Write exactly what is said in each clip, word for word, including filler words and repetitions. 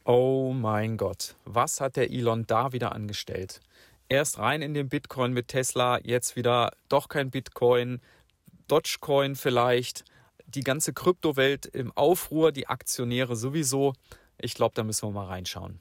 Oh mein Gott, was hat der Elon da wieder angestellt? Erst rein in den Bitcoin mit Tesla, jetzt wieder doch kein Bitcoin, Dogecoin vielleicht, die ganze Kryptowelt im Aufruhr, die Aktionäre sowieso. Ich glaube, da müssen wir mal reinschauen.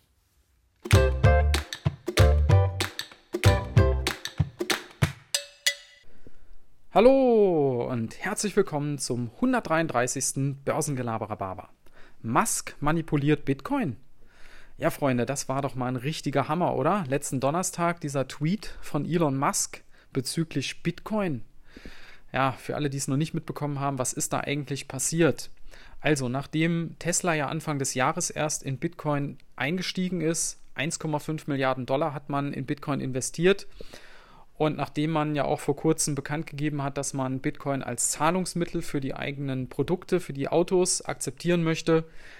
Hallo und herzlich willkommen zum hundertdreiunddreißigsten Börsengelaber-Rhabarber. Musk manipuliert Bitcoin? Ja, Freunde, das war doch mal ein richtiger Hammer, oder? Letzten Donnerstag dieser Tweet von Elon Musk bezüglich Bitcoin. Ja, für alle, die es noch nicht mitbekommen haben, was ist da eigentlich passiert? Also, nachdem Tesla ja Anfang des Jahres erst in Bitcoin eingestiegen ist, eins Komma fünf Milliarden Dollar hat man in Bitcoin investiert. Und nachdem man ja auch vor kurzem bekannt gegeben hat, dass man Bitcoin als Zahlungsmittel für die eigenen Produkte, für die Autos akzeptieren möchte,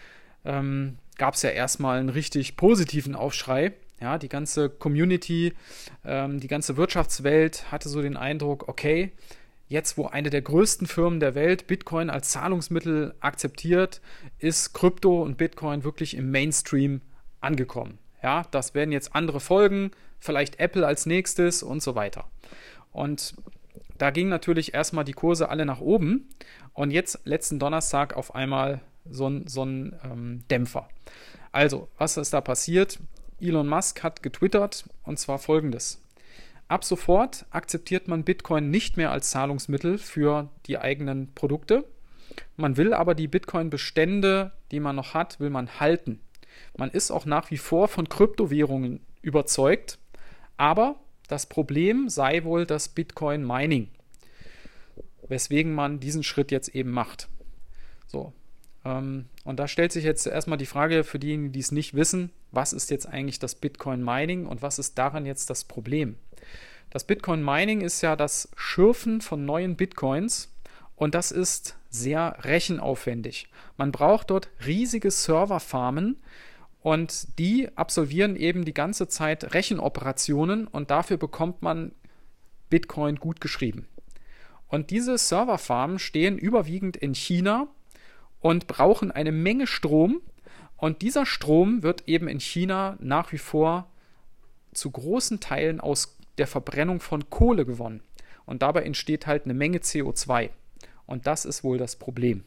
ähm, gab es ja erstmal einen richtig positiven Aufschrei. Ja, die ganze Community, ähm, die ganze Wirtschaftswelt hatte so den Eindruck, okay, jetzt wo eine der größten Firmen der Welt Bitcoin als Zahlungsmittel akzeptiert, ist Krypto und Bitcoin wirklich im Mainstream angekommen. Ja, das werden jetzt andere folgen, vielleicht Apple als nächstes und so weiter. Und da gingen natürlich erstmal die Kurse alle nach oben und jetzt letzten Donnerstag auf einmal so ein, so ein ähm, Dämpfer. Also, was ist da passiert? Elon Musk hat getwittert und zwar folgendes. Ab sofort akzeptiert man Bitcoin nicht mehr als Zahlungsmittel für die eigenen Produkte. Man will aber die Bitcoin-Bestände, die man noch hat, will man halten. Man ist auch nach wie vor von Kryptowährungen überzeugt, aber das Problem sei wohl das Bitcoin-Mining, weswegen man diesen Schritt jetzt eben macht. So, ähm, und da stellt sich jetzt erstmal die Frage für diejenigen, die es nicht wissen, was ist jetzt eigentlich das Bitcoin-Mining und was ist daran jetzt das Problem? Das Bitcoin-Mining ist ja das Schürfen von neuen Bitcoins und das ist sehr rechenaufwendig. Man braucht dort riesige Serverfarmen und die absolvieren eben die ganze Zeit Rechenoperationen und dafür bekommt man Bitcoin gut geschrieben. Und diese Serverfarmen stehen überwiegend in China und brauchen eine Menge Strom und dieser Strom wird eben in China nach wie vor zu großen Teilen aus der Verbrennung von Kohle gewonnen. Und dabei entsteht halt eine Menge C O zwei. Und das ist wohl das Problem.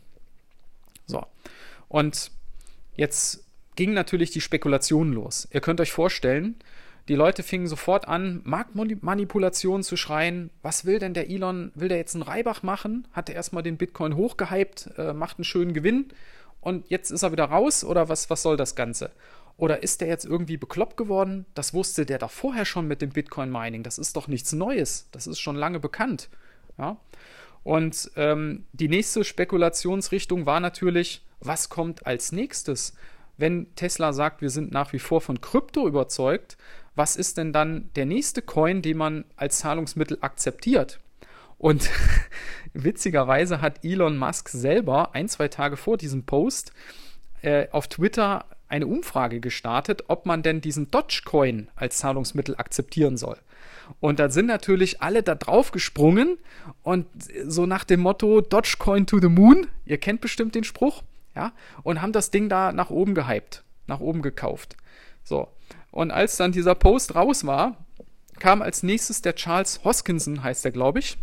So, und jetzt ging natürlich die Spekulation los. Ihr könnt euch vorstellen, die Leute fingen sofort an, Marktmanipulation zu schreien. Was will denn der Elon? Will der jetzt einen Reibach machen? Hat er erstmal den Bitcoin hochgehypt, äh, macht einen schönen Gewinn und jetzt ist er wieder raus? Oder was, was soll das Ganze? Oder ist der jetzt irgendwie bekloppt geworden? Das wusste der doch vorher schon mit dem Bitcoin-Mining. Das ist doch nichts Neues. Das ist schon lange bekannt. Ja? Und ähm, die nächste Spekulationsrichtung war natürlich, was kommt als nächstes? Wenn Tesla sagt, wir sind nach wie vor von Krypto überzeugt, was ist denn dann der nächste Coin, den man als Zahlungsmittel akzeptiert? Und witzigerweise hat Elon Musk selber ein, zwei Tage vor diesem Post äh, auf Twitter eine Umfrage gestartet, ob man denn diesen Dogecoin als Zahlungsmittel akzeptieren soll. Und da sind natürlich alle da drauf gesprungen und so nach dem Motto Dogecoin to the moon, ihr kennt bestimmt den Spruch, ja, und haben das Ding da nach oben gehypt, nach oben gekauft. So, und als dann dieser Post raus war, kam als nächstes der Charles Hoskinson, heißt der, glaube ich,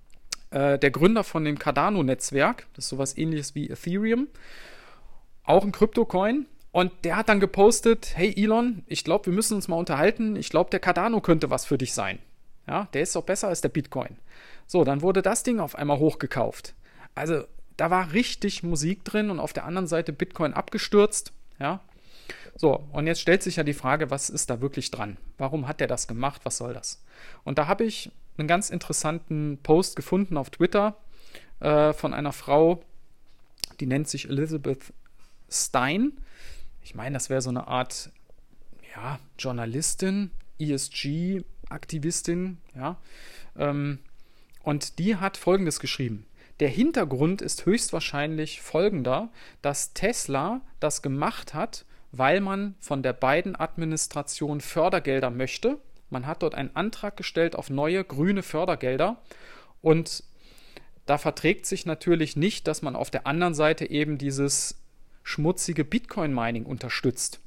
äh, der Gründer von dem Cardano-Netzwerk, das ist sowas ähnliches wie Ethereum, auch ein Kryptocoin. Und der hat dann gepostet, hey Elon, ich glaube, wir müssen uns mal unterhalten. Ich glaube, der Cardano könnte was für dich sein. Ja, der ist doch besser als der Bitcoin. So, dann wurde das Ding auf einmal hochgekauft. Also, da war richtig Musik drin und auf der anderen Seite Bitcoin abgestürzt. Ja, so, und jetzt stellt sich ja die Frage, was ist da wirklich dran? Warum hat der das gemacht? Was soll das? Und da habe ich einen ganz interessanten Post gefunden auf Twitter äh, von einer Frau, die nennt sich Elizabeth Stein. Ich meine, das wäre so eine Art, ja, Journalistin, E S G-Aktivistin, ja. Ähm, und die hat Folgendes geschrieben. Der Hintergrund ist höchstwahrscheinlich folgender, dass Tesla das gemacht hat, weil man von der Biden-Administration Fördergelder möchte. Man hat dort einen Antrag gestellt auf neue grüne Fördergelder und da verträgt sich natürlich nicht, dass man auf der anderen Seite eben dieses schmutzige Bitcoin-Mining unterstützt.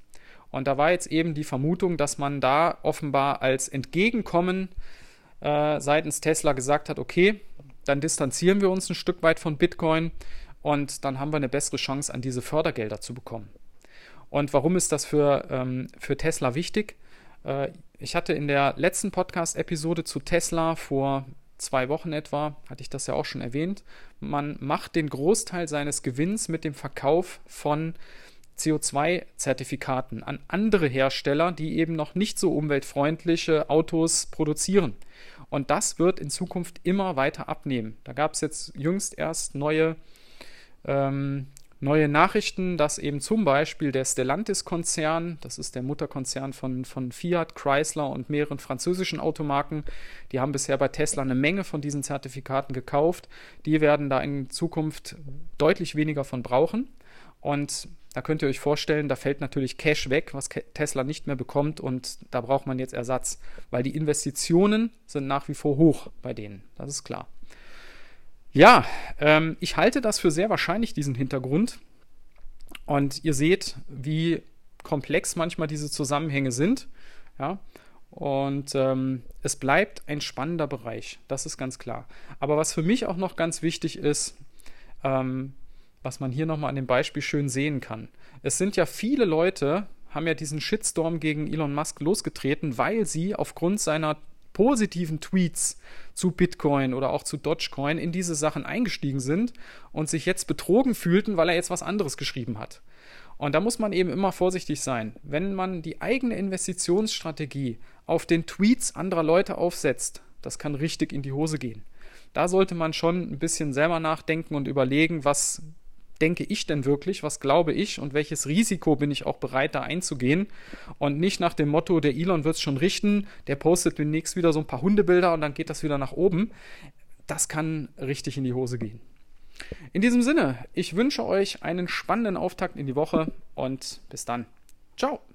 Und da war jetzt eben die Vermutung, dass man da offenbar als Entgegenkommen äh, seitens Tesla gesagt hat, okay, dann distanzieren wir uns ein Stück weit von Bitcoin und dann haben wir eine bessere Chance, an diese Fördergelder zu bekommen. Und warum ist das für, ähm, für Tesla wichtig? Äh, ich hatte in der letzten Podcast-Episode zu Tesla vor zwei Wochen etwa, hatte ich das ja auch schon erwähnt, man macht den Großteil seines Gewinns mit dem Verkauf von C O zwei Zertifikaten an andere Hersteller, die eben noch nicht so umweltfreundliche Autos produzieren. Und das wird in Zukunft immer weiter abnehmen. Da gab es jetzt jüngst erst neue, ähm, neue Nachrichten, dass eben zum Beispiel der Stellantis-Konzern, das ist der Mutterkonzern von, von Fiat, Chrysler und mehreren französischen Automarken, die haben bisher bei Tesla eine Menge von diesen Zertifikaten gekauft. Die werden da in Zukunft deutlich weniger von brauchen. Und da könnt ihr euch vorstellen, da fällt natürlich Cash weg, was Tesla nicht mehr bekommt, und da braucht man jetzt Ersatz, weil die Investitionen sind nach wie vor hoch bei denen, das ist klar. Ja, ähm, ich halte das für sehr wahrscheinlich, diesen Hintergrund, und ihr seht, wie komplex manchmal diese Zusammenhänge sind, ja, und ähm, es bleibt ein spannender Bereich, das ist ganz klar. Aber was für mich auch noch ganz wichtig ist, ähm, was man hier nochmal an dem Beispiel schön sehen kann. Es sind ja viele Leute, haben ja diesen Shitstorm gegen Elon Musk losgetreten, weil sie aufgrund seiner positiven Tweets zu Bitcoin oder auch zu Dogecoin in diese Sachen eingestiegen sind und sich jetzt betrogen fühlten, weil er jetzt was anderes geschrieben hat. Und da muss man eben immer vorsichtig sein. Wenn man die eigene Investitionsstrategie auf den Tweets anderer Leute aufsetzt, das kann richtig in die Hose gehen. Da sollte man schon ein bisschen selber nachdenken und überlegen, was denke ich denn wirklich, was glaube ich und welches Risiko bin ich auch bereit, da einzugehen, und nicht nach dem Motto, der Elon wird es schon richten, der postet demnächst wieder so ein paar Hundebilder und dann geht das wieder nach oben. Das kann richtig in die Hose gehen. In diesem Sinne, ich wünsche euch einen spannenden Auftakt in die Woche und bis dann. Ciao.